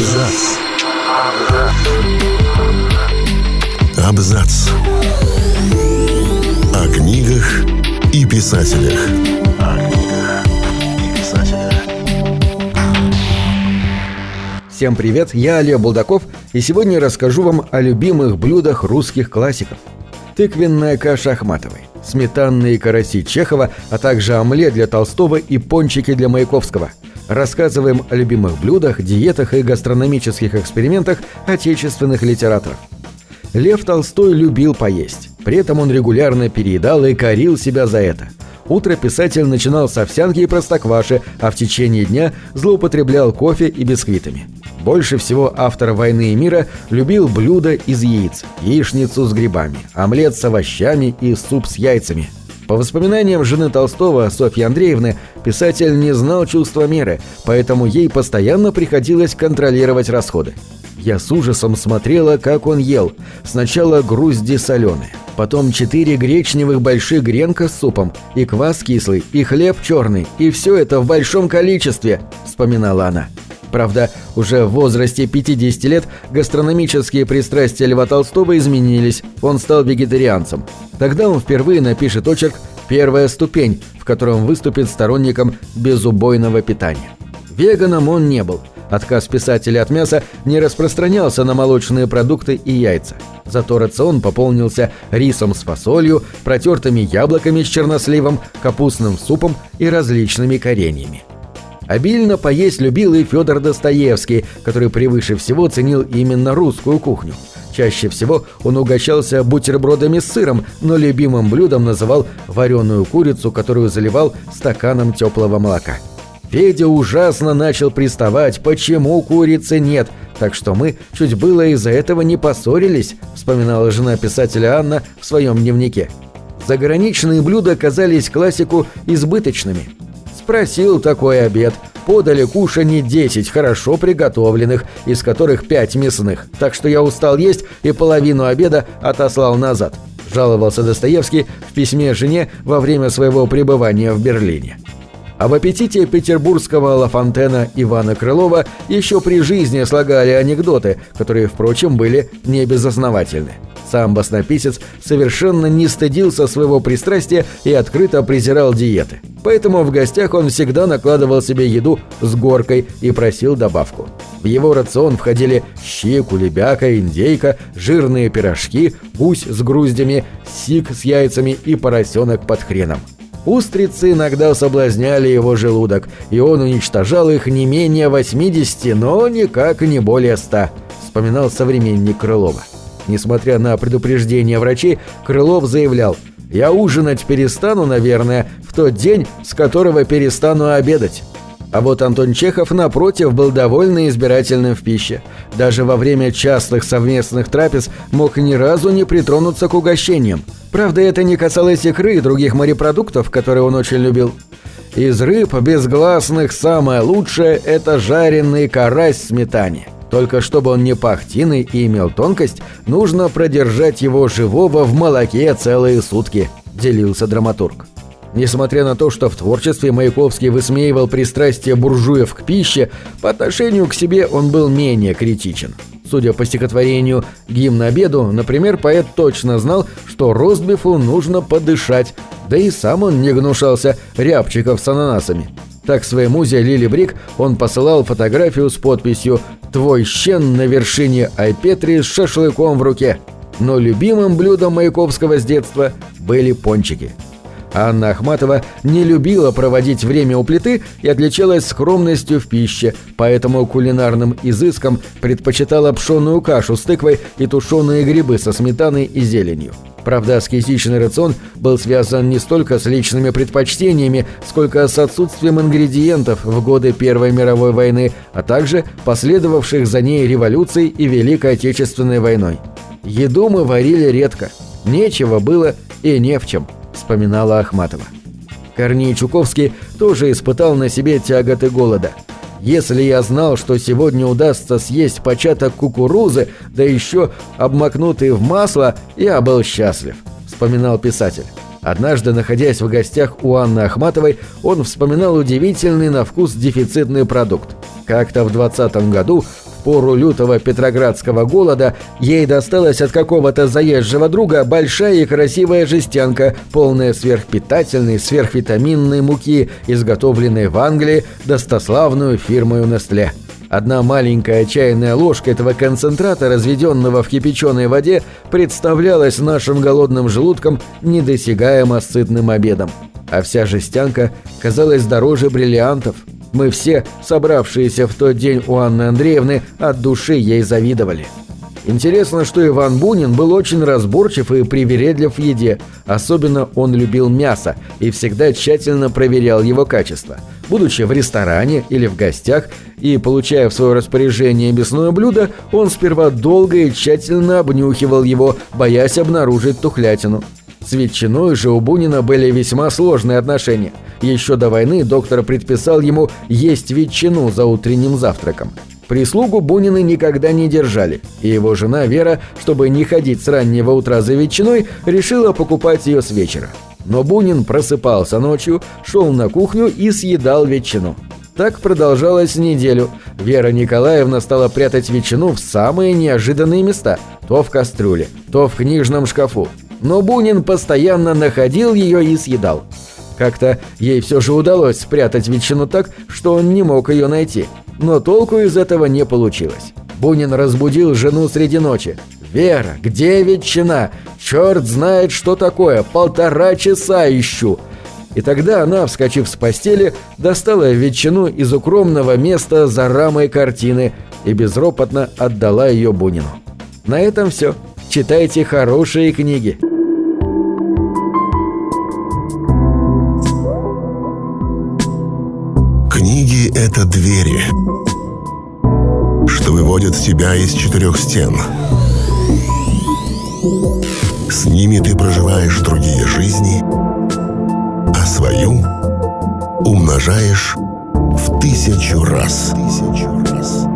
Абзац. Абзац. О книгах и писателях. Всем привет, я Олег Булдаков, и сегодня расскажу вам о любимых блюдах русских классиков. Тыквенная каша Ахматовой, сметанные караси Чехова, а также омлет для Толстого и пончики для Маяковского. Рассказываем о любимых блюдах, диетах и гастрономических экспериментах отечественных литераторов. Лев Толстой любил поесть, при этом он регулярно переедал и корил себя за это. Утро писатель начинал с овсянки и простокваши, а в течение дня злоупотреблял кофе и бисквитами. Больше всего автор «Войны и мира» любил блюда из яиц, яичницу с грибами, омлет с овощами и суп с яйцами. По воспоминаниям жены Толстого, Софьи Андреевны, писатель не знал чувства меры, поэтому ей постоянно приходилось контролировать расходы. Я с ужасом смотрела, как он ел. Сначала грузди соленые, потом 4 гречневых больших гренка с супом, и квас кислый, и хлеб черный, и все это в большом количестве, вспоминала она. Правда, уже в возрасте 50 лет гастрономические пристрастия Льва Толстого изменились, он стал вегетарианцем. Тогда он впервые напишет очерк «Первая ступень», в котором выступит сторонником безубойного питания. Веганом он не был. Отказ писателя от мяса не распространялся на молочные продукты и яйца. Зато рацион пополнился рисом с фасолью, протертыми яблоками с черносливом, капустным супом и различными кореньями. Обильно поесть любил и Федор Достоевский, который превыше всего ценил именно русскую кухню. Чаще всего он угощался бутербродами с сыром, но любимым блюдом называл вареную курицу, которую заливал стаканом теплого молока. Федя ужасно начал приставать, почему курицы нет, так что мы чуть было из-за этого не поссорились, вспоминала жена писателя Анна в своем дневнике. Заграничные блюда казались классику избыточными. Спросил такой обед, подали кушанье 10 хорошо приготовленных, из которых 5 мясных, так что я устал есть и половину обеда отослал назад, жаловался Достоевский в письме жене во время своего пребывания в Берлине. Об аппетите петербургского Лафонтена Ивана Крылова еще при жизни слагали анекдоты, которые, впрочем, были не безосновательны. Сам баснописец совершенно не стыдился своего пристрастия и открыто презирал диеты. Поэтому в гостях он всегда накладывал себе еду с горкой и просил добавку. В его рацион входили щи, кулебяка, индейка, жирные пирожки, гусь с груздями, сик с яйцами и поросенок под хреном. Устрицы иногда соблазняли его желудок, и он уничтожал их не менее 80, но никак не более 100, вспоминал современник Крылова. Несмотря на предупреждения врачей, Крылов заявлял: «Я ужинать перестану, наверное, в тот день, с которого перестану обедать». А вот Антон Чехов, напротив, был довольно избирательным в пище. Даже во время частых совместных трапез мог ни разу не притронуться к угощениям. Правда, это не касалось икры и других морепродуктов, которые он очень любил. Из рыб безгласных самое лучшее – это жареный карась в сметане. Только чтобы он не пах тиной и имел тонкость, нужно продержать его живого в молоке целые сутки, делился драматург. Несмотря на то, что в творчестве Маяковский высмеивал пристрастие буржуев к пище, по отношению к себе он был менее критичен. Судя по стихотворению «Гимн обеду», например, поэт точно знал, что ростбифу нужно подышать, да и сам он не гнушался рябчиков с ананасами. Так своей музе Лили Брик он посылал фотографию с подписью «Твой щен на вершине Айпетри с шашлыком в руке». Но любимым блюдом Маяковского с детства были пончики. Анна Ахматова не любила проводить время у плиты и отличалась скромностью в пище, поэтому кулинарным изыскам предпочитала пшеную кашу с тыквой и тушеные грибы со сметаной и зеленью. Правда, аскетичный рацион был связан не столько с личными предпочтениями, сколько с отсутствием ингредиентов в годы Первой мировой войны, а также последовавших за ней революций и Великой Отечественной войной. Еду мы варили редко, нечего было и не в чем, вспоминала Ахматова. Корней Чуковский тоже испытал на себе тяготы голода. «Если я знал, что сегодня удастся съесть початок кукурузы, да еще обмакнутый в масло, я был счастлив», — вспоминал писатель. Однажды, находясь в гостях у Анны Ахматовой, он вспоминал удивительный на вкус дефицитный продукт. Как-то в 20-м году в пору лютого петроградского голода ей досталась от какого-то заезжего друга большая и красивая жестянка, полная сверхпитательной, сверхвитаминной муки, изготовленной в Англии достославную фирмою Nestlé. Одна маленькая чайная ложка этого концентрата, разведенного в кипяченой воде, представлялась нашим голодным желудкам недосягаемо сытным обедом. А вся жестянка казалась дороже бриллиантов. Мы все, собравшиеся в тот день у Анны Андреевны, от души ей завидовали. Интересно, что Иван Бунин был очень разборчив и привередлив в еде. Особенно он любил мясо и всегда тщательно проверял его качество. Будучи в ресторане или в гостях и получая в свое распоряжение мясное блюдо, он сперва долго и тщательно обнюхивал его, боясь обнаружить тухлятину. С ветчиной же у Бунина были весьма сложные отношения. Еще до войны доктор предписал ему есть ветчину за утренним завтраком. Прислугу Бунины никогда не держали, и его жена Вера, чтобы не ходить с раннего утра за ветчиной, решила покупать ее с вечера. Но Бунин просыпался ночью, шел на кухню и съедал ветчину. Так продолжалось неделю. Вера Николаевна стала прятать ветчину в самые неожиданные места, то в кастрюле, то в книжном шкафу. Но Бунин постоянно находил ее и съедал. Как-то ей все же удалось спрятать ветчину так, что он не мог ее найти. Но толку из этого не получилось. Бунин разбудил жену среди ночи. «Вера, где ветчина? Черт знает, что такое, 1,5 часа ищу!» И тогда она, вскочив с постели, достала ветчину из укромного места за рамой картины и безропотно отдала ее Бунину. На этом все. Читайте хорошие книги. Книги — это двери, что выводят тебя из 4 стен. С ними ты проживаешь другие жизни, а свою умножаешь в 1000 раз.